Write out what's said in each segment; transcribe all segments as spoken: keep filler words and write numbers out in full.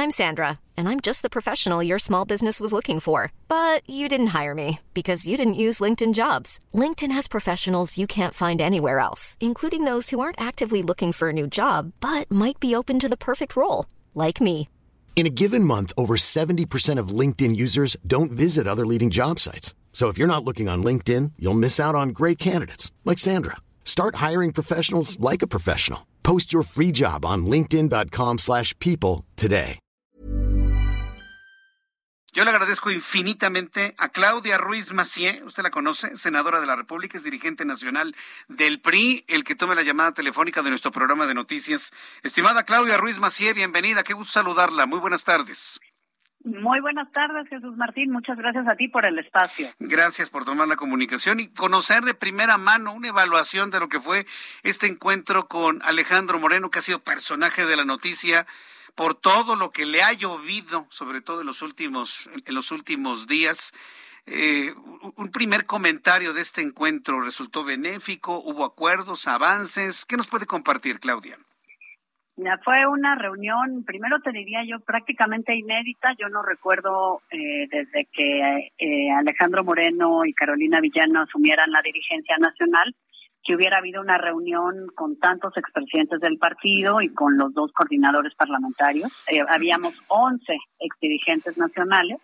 I'm Sandra, and I'm just the professional your small business was looking for. But you didn't hire me because you didn't use LinkedIn Jobs. LinkedIn has professionals you can't find anywhere else, including those who aren't actively looking for a new job, but might be open to the perfect role, like me. In a given month, over seventy percent of LinkedIn users don't visit other leading job sites. So if you're not looking on LinkedIn, you'll miss out on great candidates like Sandra. Start hiring professionals like a professional. Post your free job on linkedin.com slash people today. Yo le agradezco infinitamente a Claudia Ruiz Massieu, usted la conoce, senadora de la República, es dirigente nacional del P R I, el que tome la llamada telefónica de nuestro programa de noticias. Estimada Claudia Ruiz Massieu, bienvenida, qué gusto saludarla, muy buenas tardes. Muy buenas tardes, Jesús Martín, muchas gracias a ti por el espacio. Gracias por tomar la comunicación y conocer de primera mano una evaluación de lo que fue este encuentro con Alejandro Moreno, que ha sido personaje de la noticia por todo lo que le ha llovido, sobre todo en los últimos, en los últimos días. Eh, un primer comentario de este encuentro, ¿resultó benéfico? ¿Hubo acuerdos, avances? ¿Qué nos puede compartir, Claudia? Ya fue una reunión, primero te diría yo, prácticamente inédita. Yo no recuerdo eh, desde que eh, Alejandro Moreno y Carolina Villano asumieran la dirigencia nacional, que hubiera habido una reunión con tantos expresidentes del partido y con los dos coordinadores parlamentarios. Eh, habíamos once exdirigentes nacionales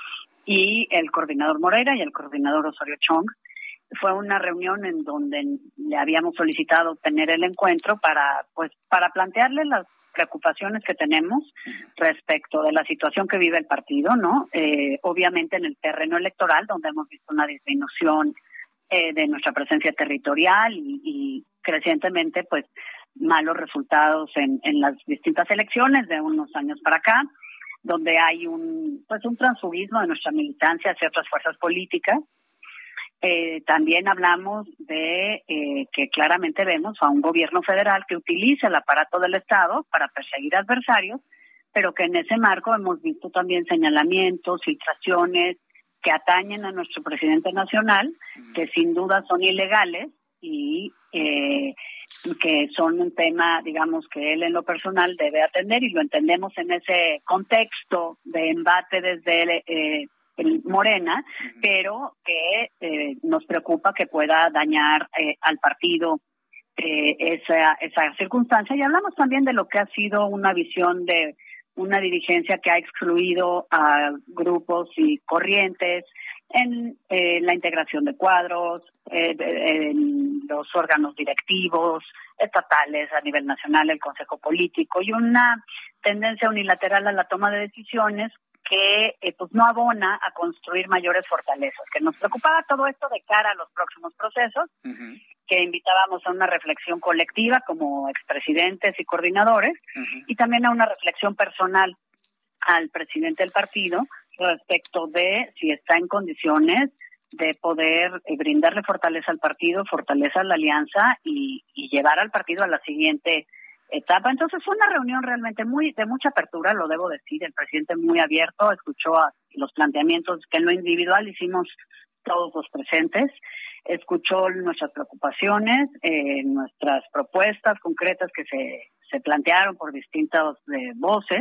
y el coordinador Moreira y el coordinador Osorio Chong. Fue una reunión en donde le habíamos solicitado tener el encuentro para, pues, para plantearle las preocupaciones que tenemos respecto de la situación que vive el partido, ¿no? Eh, obviamente en el terreno electoral, donde hemos visto una disminución Eh, de nuestra presencia territorial y, y crecientemente pues malos resultados en, en las distintas elecciones de unos años para acá, donde hay un pues un transfugismo de nuestra militancia hacia otras fuerzas políticas. Eh, también hablamos de eh, que claramente vemos a un gobierno federal que utiliza el aparato del Estado para perseguir adversarios, pero que en ese marco hemos visto también señalamientos, filtraciones que atañen a nuestro presidente nacional, que sin duda son ilegales y eh, que son un tema, digamos, que él en lo personal debe atender, y lo entendemos en ese contexto de embate desde eh, el Morena, uh-huh. pero que eh, nos preocupa que pueda dañar eh, al partido eh, esa, esa circunstancia. Y hablamos también de lo que ha sido una visión de una dirigencia que ha excluido a grupos y corrientes en eh, la integración de cuadros, eh, en los órganos directivos estatales a nivel nacional, el Consejo Político, y una tendencia unilateral a la toma de decisiones que eh, pues no abona a construir mayores fortalezas. Que nos preocupaba todo esto de cara a los próximos procesos, uh-huh. que invitábamos a una reflexión colectiva como expresidentes y coordinadores, uh-huh. y también a una reflexión personal al presidente del partido respecto de si está en condiciones de poder eh, brindarle fortaleza al partido, fortaleza a la alianza y, y llevar al partido a la siguiente etapa. Entonces fue una reunión realmente muy de mucha apertura, lo debo decir, el presidente muy abierto, escuchó a los planteamientos que en lo individual hicimos todos los presentes, escuchó nuestras preocupaciones, eh, nuestras propuestas concretas que se, se plantearon por distintas eh, voces,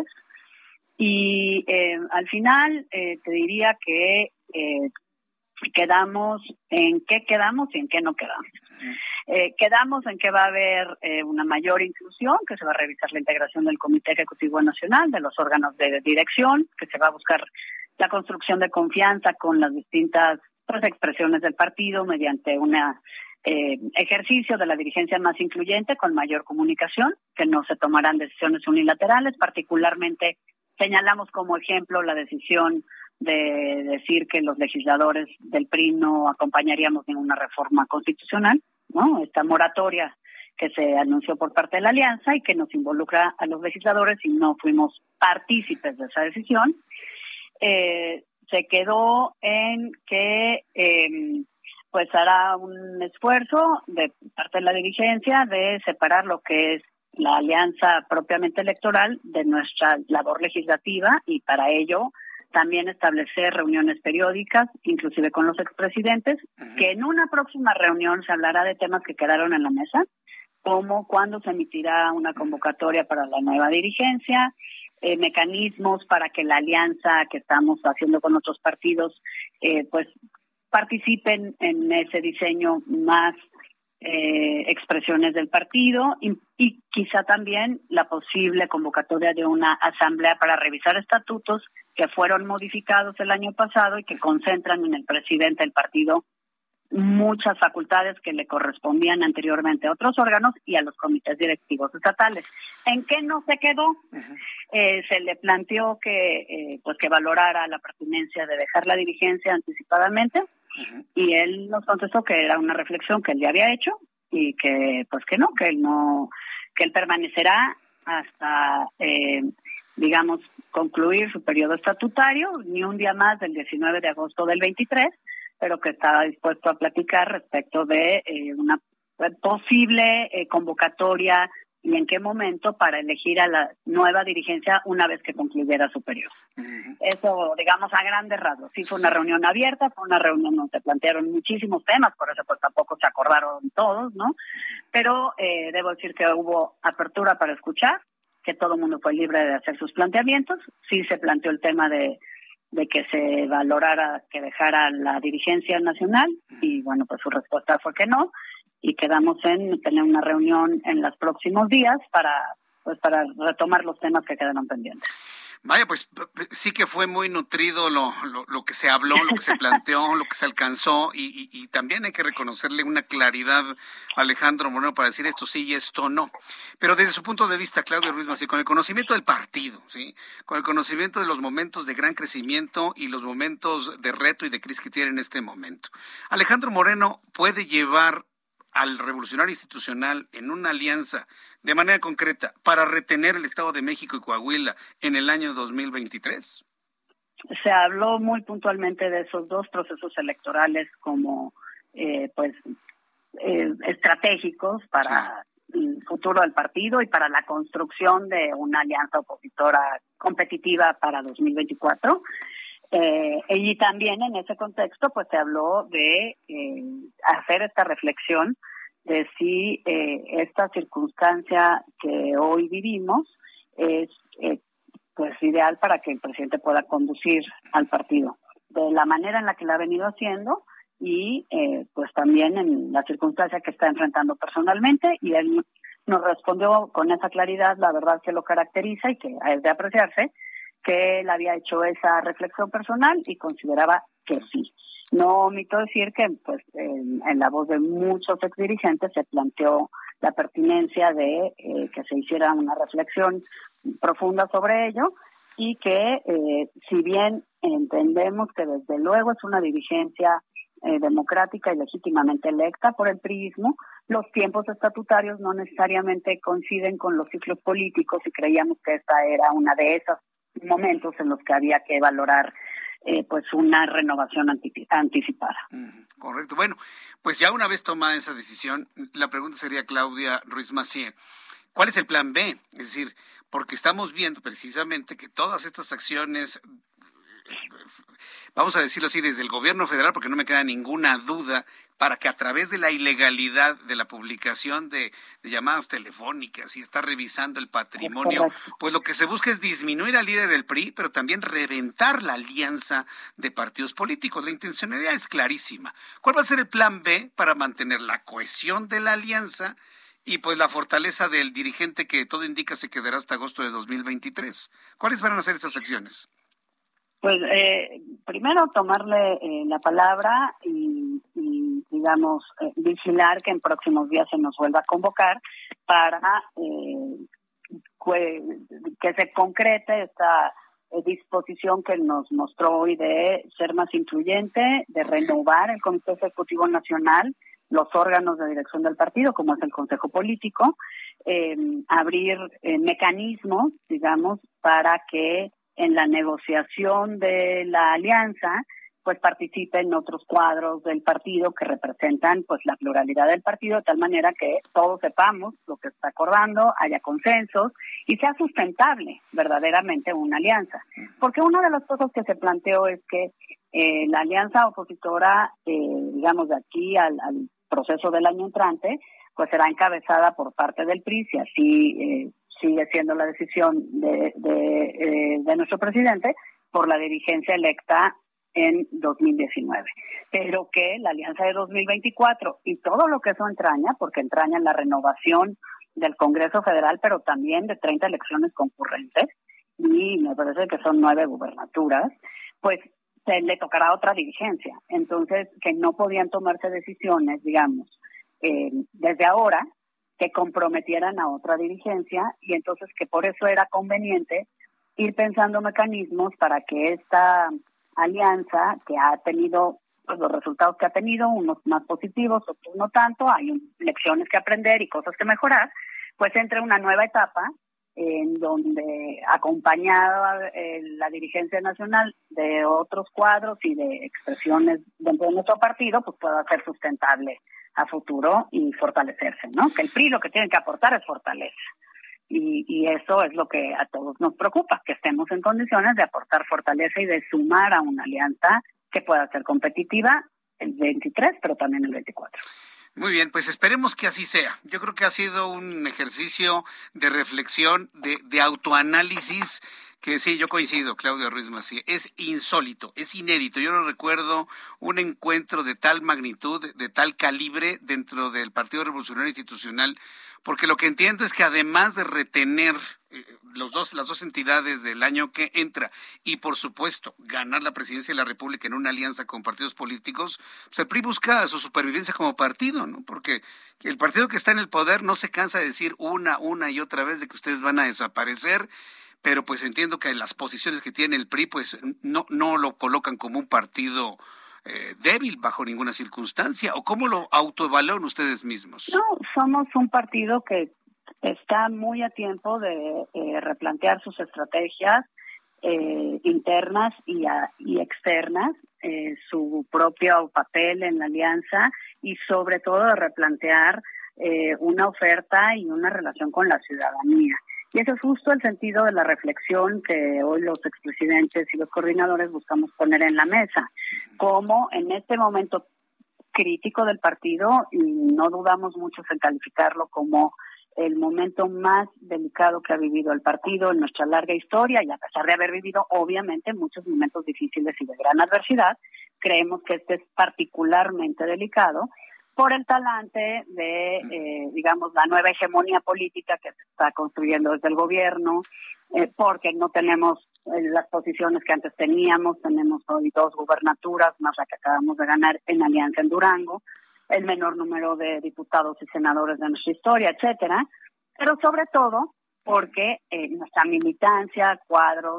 y eh, al final eh, te diría que eh, quedamos en qué quedamos y en qué no quedamos. Eh, quedamos en que va a haber eh, una mayor inclusión, que se va a revisar la integración del Comité Ejecutivo Nacional, de los órganos de dirección, que se va a buscar la construcción de confianza con las distintas pues, expresiones del partido mediante un eh, ejercicio de la dirigencia más incluyente, con mayor comunicación, que no se tomarán decisiones unilaterales. Particularmente señalamos como ejemplo la decisión de decir que los legisladores del P R I no acompañaríamos ninguna reforma constitucional, ¿no? Esta moratoria que se anunció por parte de la Alianza y que nos involucra a los legisladores y no fuimos partícipes de esa decisión. Eh, se quedó en que eh, pues hará un esfuerzo de parte de la dirigencia de separar lo que es la alianza propiamente electoral de nuestra labor legislativa, y para ello también establecer reuniones periódicas, inclusive con los expresidentes, uh-huh. que en una próxima reunión se hablará de temas que quedaron en la mesa, como cuándo se emitirá una convocatoria para la nueva dirigencia, eh, mecanismos para que la alianza que estamos haciendo con otros partidos, eh, pues participen en ese diseño más eh, expresiones del partido y, y quizá también la posible convocatoria de una asamblea para revisar estatutos que fueron modificados el año pasado y que concentran en el presidente del partido muchas facultades que le correspondían anteriormente a otros órganos y a los comités directivos estatales. ¿En qué no se quedó? Uh-huh. Eh, se le planteó que eh, pues que valorara la pertinencia de dejar la dirigencia anticipadamente, uh-huh. y él nos contestó que era una reflexión que él ya había hecho y que pues que no, que él no, que él permanecerá hasta eh, digamos concluir su periodo estatutario, ni un día más del diecinueve de agosto del veintitrés, pero que estaba dispuesto a platicar respecto de eh, una posible eh, convocatoria y en qué momento para elegir a la nueva dirigencia una vez que concluyera su periodo. Uh-huh. Eso, digamos, a grandes rasgos. Sí fue una reunión abierta, fue una reunión donde se plantearon muchísimos temas, por eso pues tampoco se acordaron todos, ¿no? Pero eh, debo decir que hubo apertura para escuchar, que todo el mundo fue libre de hacer sus planteamientos. Sí se planteó el tema de de que se valorara que dejara la dirigencia nacional y bueno, pues su respuesta fue que no y quedamos en tener una reunión en los próximos días para pues para retomar los temas que quedaron pendientes. Vaya, pues sí que fue muy nutrido lo, lo, lo que se habló, lo que se planteó, lo que se alcanzó y, y, y también hay que reconocerle una claridad a Alejandro Moreno para decir esto sí y esto no. Pero desde su punto de vista, Claudia Ruiz Massieu, con el conocimiento del partido, ¿sí? Con el conocimiento de los momentos de gran crecimiento y los momentos de reto y de crisis que tiene en este momento, ¿Alejandro Moreno puede llevar al Revolucionario Institucional en una alianza de manera concreta para retener el Estado de México y Coahuila en el año dos mil veintitrés? Se habló muy puntualmente de esos dos procesos electorales como eh, pues eh, estratégicos para sí. el futuro del partido y para la construcción de una alianza opositora competitiva para dos mil veinticuatro. Eh, y también en ese contexto pues se habló de eh, hacer esta reflexión de si eh, esta circunstancia que hoy vivimos es eh, pues ideal para que el presidente pueda conducir al partido de la manera en la que lo ha venido haciendo y eh, pues también en la circunstancia que está enfrentando personalmente, y él nos respondió con esa claridad, la verdad que lo caracteriza y que es de apreciarse, que él había hecho esa reflexión personal y consideraba que sí. No omito decir que pues en, en la voz de muchos exdirigentes se planteó la pertinencia de eh, que se hiciera una reflexión profunda sobre ello y que eh, si bien entendemos que desde luego es una dirigencia eh, democrática y legítimamente electa por el priismo, los tiempos estatutarios no necesariamente coinciden con los ciclos políticos y creíamos que esta era una de esas momentos en los que había que valorar eh, pues una renovación antip- anticipada. Mm, correcto. Bueno, pues ya una vez tomada esa decisión, la pregunta sería, Claudia Ruiz Massieu, ¿cuál es el plan B? Es decir, porque estamos viendo precisamente que todas estas acciones, vamos a decirlo así, desde el gobierno federal, porque no me queda ninguna duda, para que a través de la ilegalidad de la publicación de, de llamadas telefónicas y estar revisando el patrimonio, pues lo que se busca es disminuir al líder del P R I, pero también reventar la alianza de partidos políticos. La intencionalidad es clarísima. ¿Cuál va a ser el plan B para mantener la cohesión de la alianza y pues la fortaleza del dirigente que todo indica se quedará hasta agosto de dos mil veintitrés? ¿Cuáles van a ser esas acciones? Pues eh, primero tomarle eh, la palabra y, y digamos, eh, vigilar que en próximos días se nos vuelva a convocar para eh, que se concrete esta eh, disposición que nos mostró hoy de ser más incluyente, de renovar el Comité Ejecutivo Nacional, los órganos de dirección del partido, como es el Consejo Político, eh, abrir eh, mecanismos, digamos, para que en la negociación de la alianza, pues participen otros cuadros del partido que representan pues la pluralidad del partido, de tal manera que todos sepamos lo que está acordando, haya consensos y sea sustentable verdaderamente una alianza. Porque una de las cosas que se planteó es que eh, la alianza opositora, eh, digamos, de aquí al, al proceso del año entrante, pues será encabezada por parte del P R I, si así eh, sigue siendo la decisión de, de, eh, de nuestro presidente por la dirigencia electa en dos mil diecinueve. Pero que la alianza de dos mil veinticuatro y todo lo que eso entraña, porque entraña la renovación del Congreso Federal, pero también de treinta elecciones concurrentes, y me parece que son nueve gubernaturas, pues se le tocará a otra dirigencia. Entonces, que no podían tomarse decisiones, digamos, eh, desde ahora, que comprometieran a otra dirigencia, y entonces que por eso era conveniente ir pensando mecanismos para que esta alianza, que ha tenido pues, los resultados que ha tenido, unos más positivos, otros no tanto, hay un, lecciones que aprender y cosas que mejorar, pues entre una nueva etapa en donde, acompañada eh, la dirigencia nacional de otros cuadros y de expresiones dentro de nuestro partido, pues pueda ser sustentable a futuro y fortalecerse, ¿no? Que el P R I lo que tiene que aportar es fortaleza. Y, y eso es lo que a todos nos preocupa, que estemos en condiciones de aportar fortaleza y de sumar a una alianza que pueda ser competitiva el veintitrés, pero también el veinticuatro. Muy bien, pues esperemos que así sea. Yo creo que ha sido un ejercicio de reflexión, de, de autoanálisis, que sí, yo coincido, Claudia Ruiz Massieu, es insólito, es inédito. Yo no recuerdo un encuentro de tal magnitud, de, de tal calibre dentro del Partido Revolucionario Institucional, porque lo que entiendo es que además de retener eh, los dos, las dos entidades del año que entra y, por supuesto, ganar la presidencia de la República en una alianza con partidos políticos, pues el P R I busca su supervivencia como partido, ¿no? Porque el partido que está en el poder no se cansa de decir una, una y otra vez de que ustedes van a desaparecer, pero pues entiendo que las posiciones que tiene el P R I pues no, no lo colocan como un partido Eh, débil bajo ninguna circunstancia, o cómo lo autoevalúan ustedes mismos. No, somos un partido que está muy a tiempo de eh, replantear sus estrategias eh, internas y, a, y externas, eh, su propio papel en la alianza y sobre todo de replantear eh, una oferta y una relación con la ciudadanía. Y ese es justo el sentido de la reflexión que hoy los expresidentes y los coordinadores buscamos poner en la mesa. Como en este momento crítico del partido, y no dudamos mucho en calificarlo como el momento más delicado que ha vivido el partido en nuestra larga historia, y a pesar de haber vivido obviamente muchos momentos difíciles y de gran adversidad, creemos que este es particularmente delicado por el talante de, eh, digamos, la nueva hegemonía política que se está construyendo desde el gobierno, eh, porque no tenemos eh, las posiciones que antes teníamos, tenemos hoy dos gubernaturas, más la que acabamos de ganar en alianza en Durango, el menor número de diputados y senadores de nuestra historia, etcétera, pero sobre todo porque eh, nuestra militancia, cuadros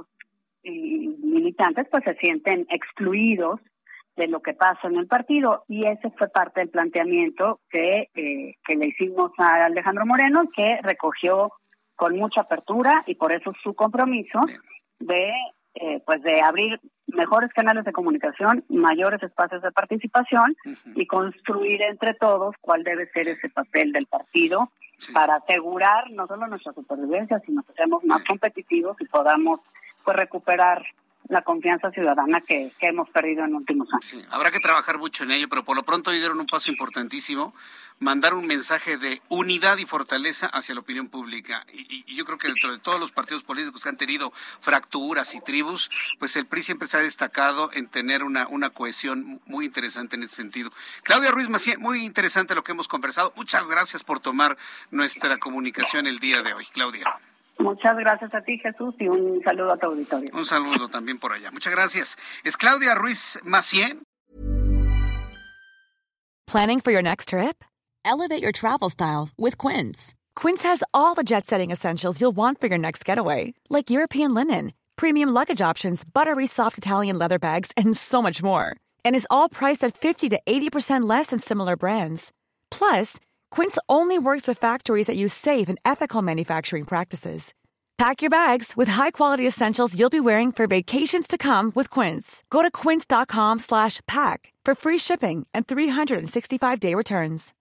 y militantes, pues se sienten excluidos de lo que pasa en el partido, y ese fue parte del planteamiento que, eh, que le hicimos a Alejandro Moreno, que recogió con mucha apertura, y por eso su compromiso de eh, pues de abrir mejores canales de comunicación, mayores espacios de participación, uh-huh. y construir entre todos cuál debe ser ese papel del partido, sí. para asegurar no solo nuestra supervivencia, sino que seamos más sí. competitivos y podamos pues recuperar la confianza ciudadana que, que hemos perdido en últimos años. Sí, habrá que trabajar mucho en ello, pero por lo pronto hoy dieron un paso importantísimo, mandar un mensaje de unidad y fortaleza hacia la opinión pública. Y, y yo creo que dentro de todos los partidos políticos que han tenido fracturas y tribus, pues el P R I siempre se ha destacado en tener una, una cohesión muy interesante en ese sentido. Claudia Ruiz Massieu, muy interesante lo que hemos conversado. Muchas gracias por tomar nuestra comunicación el día de hoy, Claudia. Muchas gracias a ti, Jesús, y un saludo a tu auditorio. Un saludo también por allá. Muchas gracias. Es Claudia Ruiz Massieu. Planning for your next trip? Elevate your travel style with Quince. Quince has all the jet-setting essentials you'll want for your next getaway, like European linen, premium luggage options, buttery soft Italian leather bags, and so much more. And is all priced at fifty to eighty percent less than similar brands. Plus, Quince only works with factories that use safe and ethical manufacturing practices. Pack your bags with high-quality essentials you'll be wearing for vacations to come with Quince. Go to quince.com slash pack for free shipping and three sixty-five day returns.